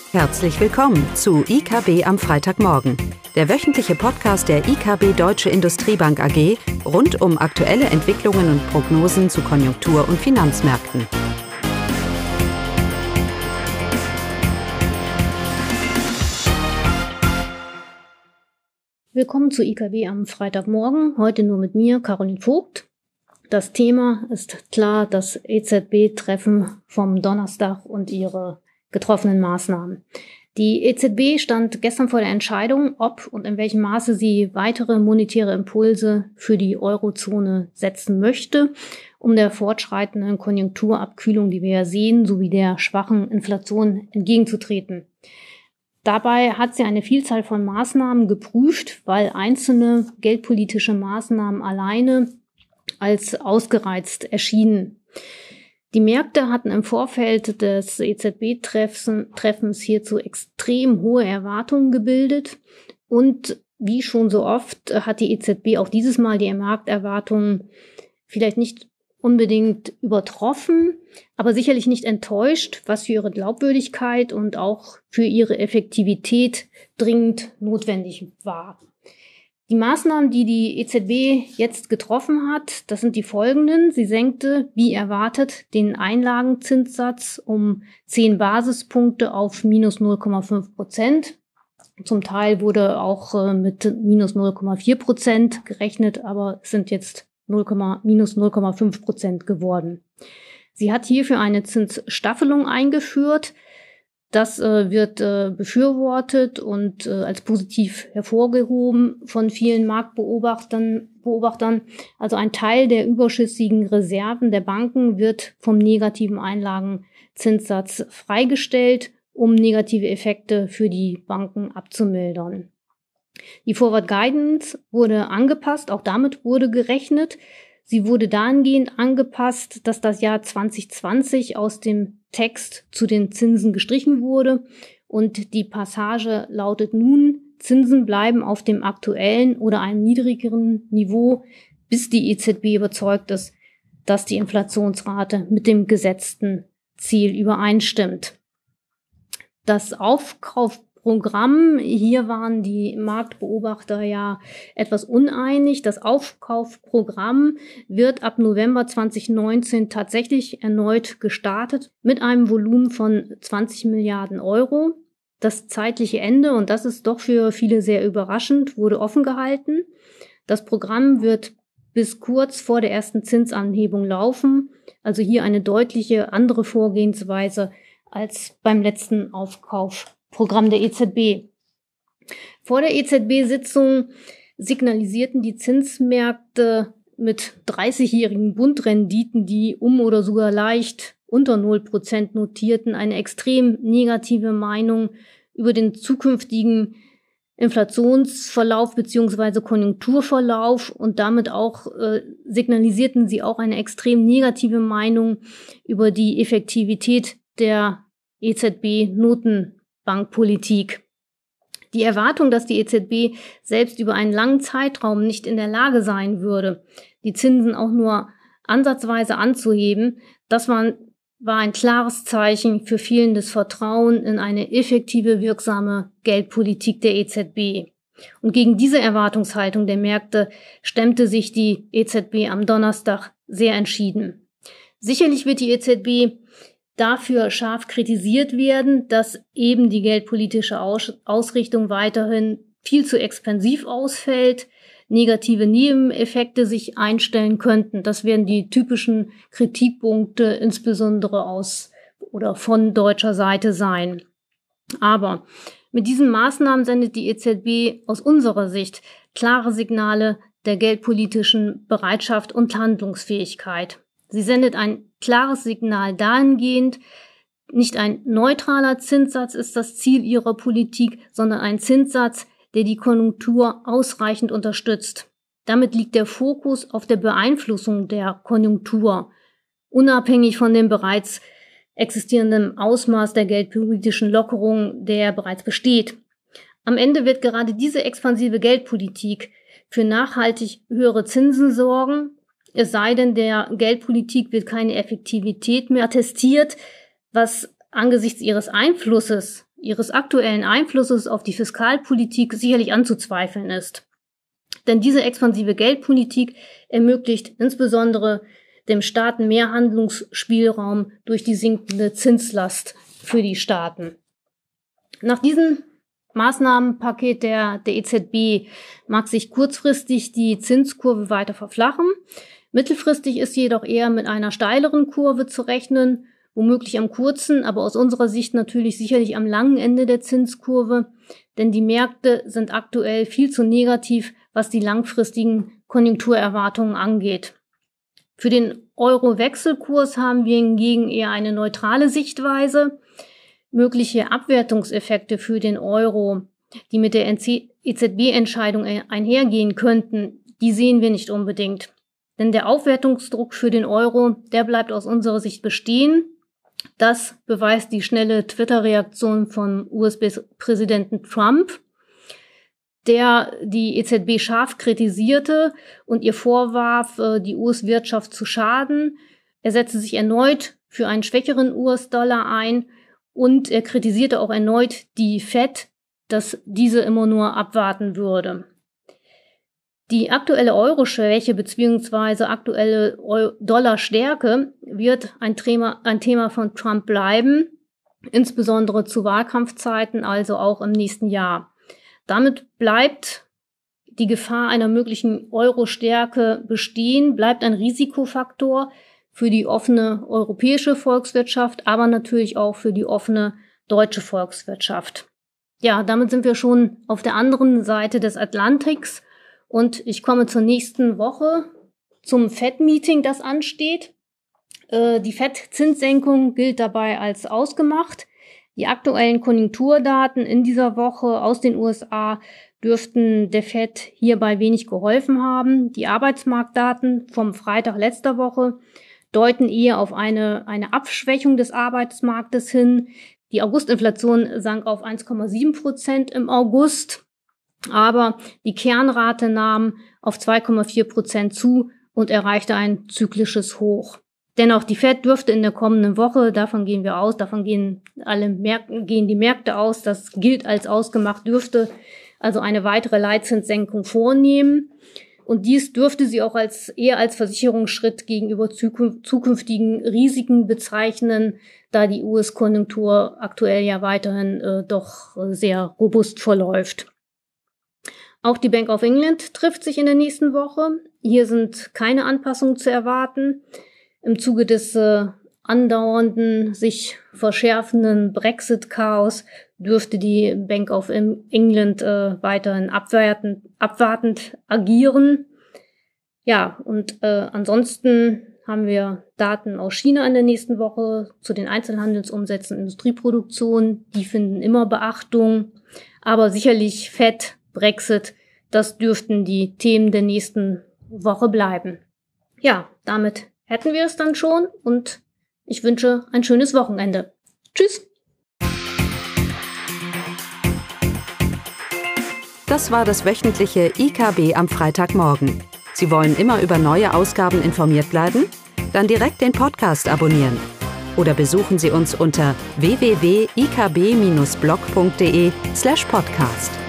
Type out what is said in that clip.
Herzlich willkommen zu IKB am Freitagmorgen, der wöchentliche Podcast der IKB Deutsche Industriebank AG rund um aktuelle Entwicklungen und Prognosen zu Konjunktur- und Finanzmärkten. Willkommen zu IKB am Freitagmorgen, heute nur mit mir, Caroline Vogt. Das Thema ist klar, das EZB-Treffen vom Donnerstag und ihre getroffenen Maßnahmen. Die EZB stand gestern vor der Entscheidung, ob und in welchem Maße sie weitere monetäre Impulse für die Eurozone setzen möchte, um der fortschreitenden Konjunkturabkühlung, die wir ja sehen, sowie der schwachen Inflation entgegenzutreten. Dabei hat sie eine Vielzahl von Maßnahmen geprüft, weil einzelne geldpolitische Maßnahmen alleine als ausgereizt erschienen. Die Märkte hatten im Vorfeld des EZB-Treffens hierzu extrem hohe Erwartungen gebildet und wie schon so oft hat die EZB auch dieses Mal die Markterwartungen vielleicht nicht unbedingt übertroffen, aber sicherlich nicht enttäuscht, was für ihre Glaubwürdigkeit und auch für ihre Effektivität dringend notwendig war. Die Maßnahmen, die die EZB jetzt getroffen hat, das sind die folgenden. Sie senkte, wie erwartet, den Einlagenzinssatz um 10 Basispunkte auf minus 0,5%. Zum Teil wurde auch mit minus 0,4% gerechnet, aber es sind jetzt minus 0,5% geworden. Sie hat hierfür eine Zinsstaffelung eingeführt. Das wird befürwortet und als positiv hervorgehoben von vielen Marktbeobachtern. Also ein Teil der überschüssigen Reserven der Banken wird vom negativen Einlagenzinssatz freigestellt, um negative Effekte für die Banken abzumildern. Die Forward Guidance wurde angepasst, auch damit wurde gerechnet. Sie wurde dahingehend angepasst, dass das Jahr 2020 aus dem Text zu den Zinsen gestrichen wurde und die Passage lautet nun: Zinsen bleiben auf dem aktuellen oder einem niedrigeren Niveau, bis die EZB überzeugt ist, dass die Inflationsrate mit dem gesetzten Ziel übereinstimmt. Das Aufkaufprogramm, hier waren die Marktbeobachter ja etwas uneinig. Das Aufkaufprogramm wird ab November 2019 tatsächlich erneut gestartet mit einem Volumen von 20 Milliarden Euro. Das zeitliche Ende, und das ist doch für viele sehr überraschend, wurde offen gehalten. Das Programm wird bis kurz vor der ersten Zinsanhebung laufen. Also hier eine deutliche andere Vorgehensweise als beim letzten Aufkaufprogramm der EZB. Vor der EZB-Sitzung signalisierten die Zinsmärkte mit 30-jährigen Bundrenditen, die oder sogar leicht unter 0% notierten, eine extrem negative Meinung über den zukünftigen Inflationsverlauf bzw. Konjunkturverlauf und damit auch signalisierten sie auch eine extrem negative Meinung über die Effektivität der EZB-Notenbankpolitik. Die Erwartung, dass die EZB selbst über einen langen Zeitraum nicht in der Lage sein würde, die Zinsen auch nur ansatzweise anzuheben, das war ein klares Zeichen für fehlendes Vertrauen in eine effektive, wirksame Geldpolitik der EZB. Und gegen diese Erwartungshaltung der Märkte stemmte sich die EZB am Donnerstag sehr entschieden. Sicherlich wird die EZB dafür scharf kritisiert werden, dass eben die geldpolitische Ausrichtung weiterhin viel zu expansiv ausfällt, negative Nebeneffekte sich einstellen könnten. Das werden die typischen Kritikpunkte insbesondere von deutscher Seite sein. Aber mit diesen Maßnahmen sendet die EZB aus unserer Sicht klare Signale der geldpolitischen Bereitschaft und Handlungsfähigkeit. Sie sendet ein klares Signal dahingehend, nicht ein neutraler Zinssatz ist das Ziel ihrer Politik, sondern ein Zinssatz, der die Konjunktur ausreichend unterstützt. Damit liegt der Fokus auf der Beeinflussung der Konjunktur, unabhängig von dem bereits existierenden Ausmaß der geldpolitischen Lockerung, der bereits besteht. Am Ende wird gerade diese expansive Geldpolitik für nachhaltig höhere Zinsen sorgen, es sei denn, der Geldpolitik wird keine Effektivität mehr attestiert, was angesichts ihres Einflusses ihres aktuellen Einflusses auf die Fiskalpolitik sicherlich anzuzweifeln ist. Denn diese expansive Geldpolitik ermöglicht insbesondere dem Staaten mehr Handlungsspielraum durch die sinkende Zinslast für die Staaten. Nach diesem Maßnahmenpaket der EZB mag sich kurzfristig die Zinskurve weiter verflachen. Mittelfristig ist jedoch eher mit einer steileren Kurve zu rechnen, womöglich am kurzen, aber aus unserer Sicht natürlich sicherlich am langen Ende der Zinskurve, denn die Märkte sind aktuell viel zu negativ, was die langfristigen Konjunkturerwartungen angeht. Für den Euro-Wechselkurs haben wir hingegen eher eine neutrale Sichtweise. Mögliche Abwertungseffekte für den Euro, die mit der EZB-Entscheidung einhergehen könnten, die sehen wir nicht unbedingt. Denn der Aufwertungsdruck für den Euro, der bleibt aus unserer Sicht bestehen. Das beweist die schnelle Twitter-Reaktion von US-Präsidenten Trump, der die EZB scharf kritisierte und ihr vorwarf, die US-Wirtschaft zu schaden. Er setzte sich erneut für einen schwächeren US-Dollar ein und er kritisierte auch erneut die Fed, dass diese immer nur abwarten würde. Die aktuelle Euro-Schwäche bzw. aktuelle Dollarstärke wird ein Thema von Trump bleiben, insbesondere zu Wahlkampfzeiten, also auch im nächsten Jahr. Damit bleibt die Gefahr einer möglichen Euro-Stärke bestehen, bleibt ein Risikofaktor für die offene europäische Volkswirtschaft, aber natürlich auch für die offene deutsche Volkswirtschaft. Ja, damit sind wir schon auf der anderen Seite des Atlantiks und ich komme zur nächsten Woche zum FED-Meeting, das ansteht. Die FED-Zinssenkung gilt dabei als ausgemacht. Die aktuellen Konjunkturdaten in dieser Woche aus den USA dürften der FED hierbei wenig geholfen haben. Die Arbeitsmarktdaten vom Freitag letzter Woche deuten eher auf eine Abschwächung des Arbeitsmarktes hin. Die Augustinflation sank auf 1,7% im August, aber die Kernrate nahm auf 2,4% zu und erreichte ein zyklisches Hoch. Dennoch, die FED dürfte in der kommenden Woche, davon gehen wir aus, gehen die Märkte aus, das gilt als ausgemacht, dürfte also eine weitere Leitzinssenkung vornehmen. Und dies dürfte sie auch eher als Versicherungsschritt gegenüber zukünftigen Risiken bezeichnen, da die US-Konjunktur aktuell ja weiterhin doch sehr robust verläuft. Auch die Bank of England trifft sich in der nächsten Woche. Hier sind keine Anpassungen zu erwarten. Im Zuge des andauernden, sich verschärfenden Brexit-Chaos dürfte die Bank of England weiterhin abwartend agieren. Ja, und ansonsten haben wir Daten aus China in der nächsten Woche zu den Einzelhandelsumsätzen, Industrieproduktion. Die finden immer Beachtung. Aber sicherlich FED, Brexit, das dürften die Themen der nächsten Woche bleiben. Ja, damit hätten wir es dann schon und ich wünsche ein schönes Wochenende. Tschüss! Das war das wöchentliche IKB am Freitagmorgen. Sie wollen immer über neue Ausgaben informiert bleiben? Dann direkt den Podcast abonnieren. Oder besuchen Sie uns unter www.ikb-blog.de/podcast.